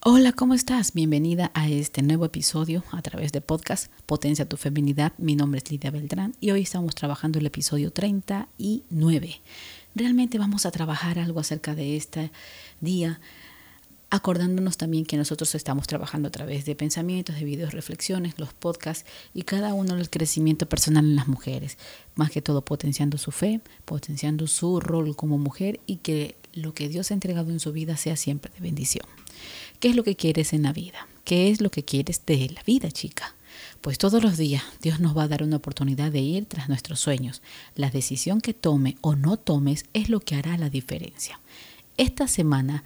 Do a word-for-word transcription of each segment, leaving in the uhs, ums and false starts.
Hola, ¿cómo estás? Bienvenida a este nuevo episodio a través de podcast Potencia tu Feminidad. Mi nombre es Lidia Beltrán y hoy estamos trabajando el episodio treinta y nueve. Realmente vamos a trabajar algo acerca de este día, acordándonos también que nosotros estamos trabajando a través de pensamientos, de videos, reflexiones, los podcasts y cada uno el crecimiento personal en las mujeres. Más que todo potenciando su fe, potenciando su rol como mujer y que lo que Dios ha entregado en su vida sea siempre de bendición. ¿Qué es lo que quieres en la vida? ¿Qué es lo que quieres de la vida, chica? Pues todos los días Dios nos va a dar una oportunidad de ir tras nuestros sueños. La decisión que tome o no tomes es lo que hará la diferencia. Esta semana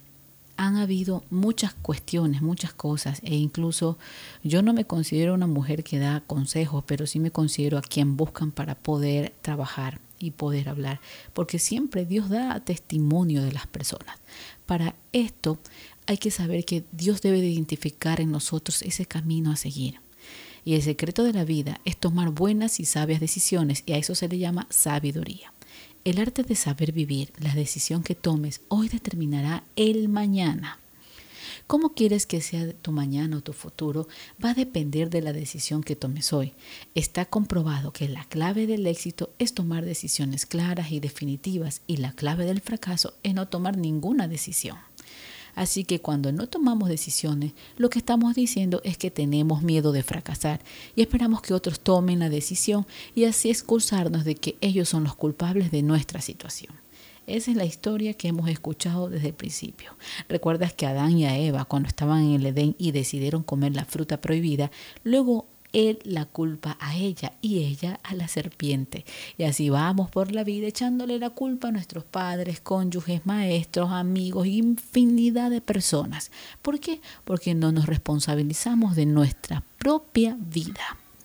han habido muchas cuestiones, muchas cosas, e incluso yo no me considero una mujer que da consejos, pero sí me considero a quien buscan para poder trabajar y poder hablar, porque siempre Dios da testimonio de las personas. Para esto hay que saber que Dios debe de identificar en nosotros ese camino a seguir. Y el secreto de la vida es tomar buenas y sabias decisiones, y a eso se le llama sabiduría. El arte de saber vivir, la decisión que tomes hoy determinará el mañana. ¿Cómo quieres que sea tu mañana o tu futuro? Va a depender de la decisión que tomes hoy. Está comprobado que la clave del éxito es tomar decisiones claras y definitivas, y la clave del fracaso es no tomar ninguna decisión. Así que cuando no tomamos decisiones, lo que estamos diciendo es que tenemos miedo de fracasar y esperamos que otros tomen la decisión y así excusarnos de que ellos son los culpables de nuestra situación. Esa es la historia que hemos escuchado desde el principio. ¿Recuerdas que Adán y a Eva, cuando estaban en el Edén y decidieron comer la fruta prohibida, luego él la culpa a ella y ella a la serpiente? Y así vamos por la vida echándole la culpa a nuestros padres, cónyuges, maestros, amigos, infinidad de personas. ¿Por qué? Porque no nos responsabilizamos de nuestra propia vida.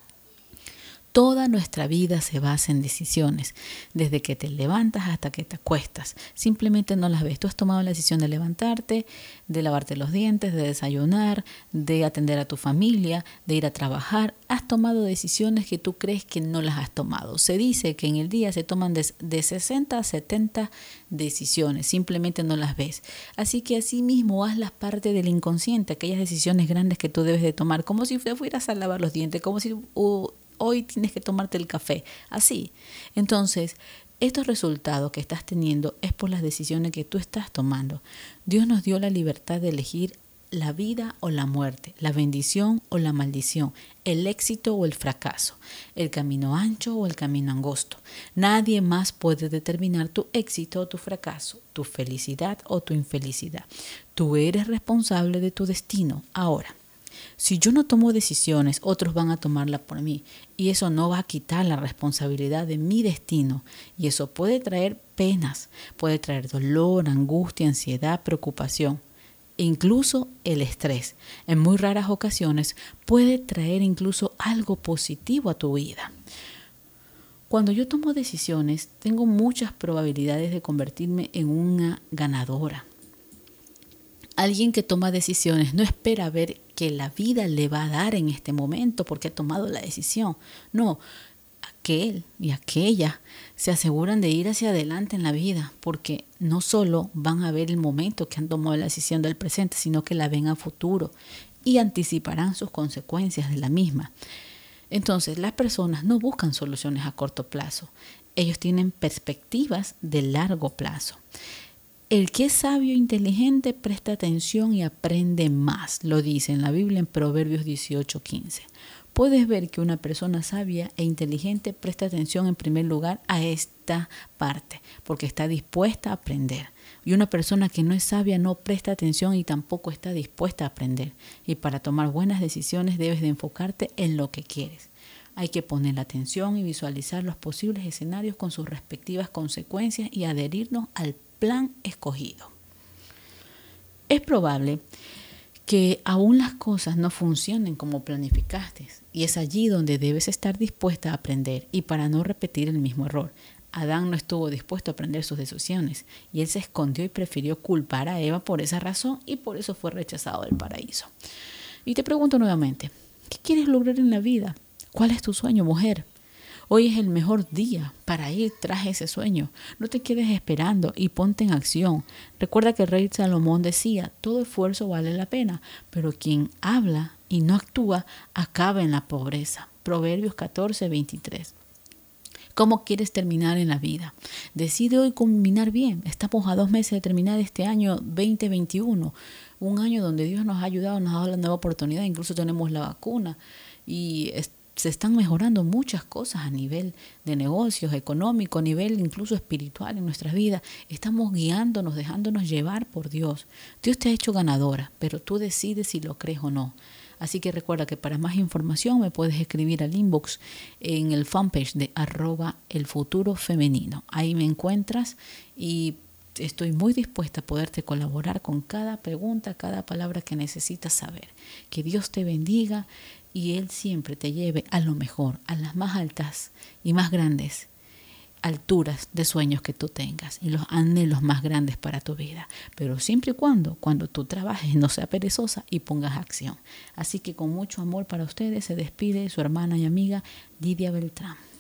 Toda nuestra vida se basa en decisiones, desde que te levantas hasta que te acuestas. Simplemente no las ves. Tú has tomado la decisión de levantarte, de lavarte los dientes, de desayunar, de atender a tu familia, de ir a trabajar. Has tomado decisiones que tú crees que no las has tomado. Se dice que en el día se toman de, de sesenta a setenta decisiones. Simplemente no las ves. Así que así mismo hazlas parte del inconsciente, aquellas decisiones grandes que tú debes de tomar, como si fueras a lavar los dientes, como si... Uh, hoy tienes que tomarte el café, así. Entonces, estos resultados que estás teniendo es por las decisiones que tú estás tomando. Dios nos dio la libertad de elegir la vida o la muerte, la bendición o la maldición, el éxito o el fracaso, el camino ancho o el camino angosto. Nadie más puede determinar tu éxito o tu fracaso, tu felicidad o tu infelicidad. Tú eres responsable de tu destino. Ahora, si yo no tomo decisiones, otros van a tomarla por mí y eso no va a quitar la responsabilidad de mi destino y eso puede traer penas, puede traer dolor, angustia, ansiedad, preocupación e incluso el estrés. En muy raras ocasiones puede traer incluso algo positivo a tu vida. Cuando yo tomo decisiones, tengo muchas probabilidades de convertirme en una ganadora. Alguien que toma decisiones no espera ver que la vida le va a dar en este momento porque ha tomado la decisión. No, aquel y aquella se aseguran de ir hacia adelante en la vida porque no solo van a ver el momento que han tomado la decisión del presente, sino que la ven a futuro y anticiparán sus consecuencias de la misma. Entonces, las personas no buscan soluciones a corto plazo. Ellos tienen perspectivas de largo plazo. El que es sabio e inteligente presta atención y aprende más, lo dice en la Biblia en Proverbios dieciocho quince. Puedes ver que una persona sabia e inteligente presta atención en primer lugar a esta parte, porque está dispuesta a aprender. Y una persona que no es sabia no presta atención y tampoco está dispuesta a aprender. Y para tomar buenas decisiones debes de enfocarte en lo que quieres. Hay que poner la atención y visualizar los posibles escenarios con sus respectivas consecuencias y adherirnos al plan escogido. Es probable que aún las cosas no funcionen como planificaste y es allí donde debes estar dispuesta a aprender y para no repetir el mismo error. Adán no estuvo dispuesto a aprender sus decisiones y él se escondió y prefirió culpar a Eva por esa razón y por eso fue rechazado del paraíso. Y te pregunto nuevamente, ¿qué quieres lograr en la vida? ¿Cuál es tu sueño, mujer? Hoy es el mejor día para ir tras ese sueño. No te quedes esperando y ponte en acción. Recuerda que el rey Salomón decía, todo esfuerzo vale la pena, pero quien habla y no actúa acaba en la pobreza. Proverbios catorce, veintitrés. ¿Cómo quieres terminar en la vida? Decide hoy culminar bien. Estamos a dos meses de terminar este año veinte veintiuno, un año donde Dios nos ha ayudado, nos ha dado la nueva oportunidad, incluso tenemos la vacuna y es, se están mejorando muchas cosas a nivel de negocios, económico, a nivel incluso espiritual en nuestras vidas. Estamos guiándonos, dejándonos llevar por Dios. Dios te ha hecho ganadora, pero tú decides si lo crees o no. Así que recuerda que para más información me puedes escribir al inbox en el fanpage de arroba el futuro femenino. Ahí me encuentras y estoy muy dispuesta a poderte colaborar con cada pregunta, cada palabra que necesitas saber. Que Dios te bendiga y Él siempre te lleve a lo mejor, a las más altas y más grandes alturas de sueños que tú tengas y los anhelos más grandes para tu vida, pero siempre y cuando, cuando tú trabajes no sea perezosa y pongas acción. Así que con mucho amor para ustedes se despide su hermana y amiga Lidia Beltrán.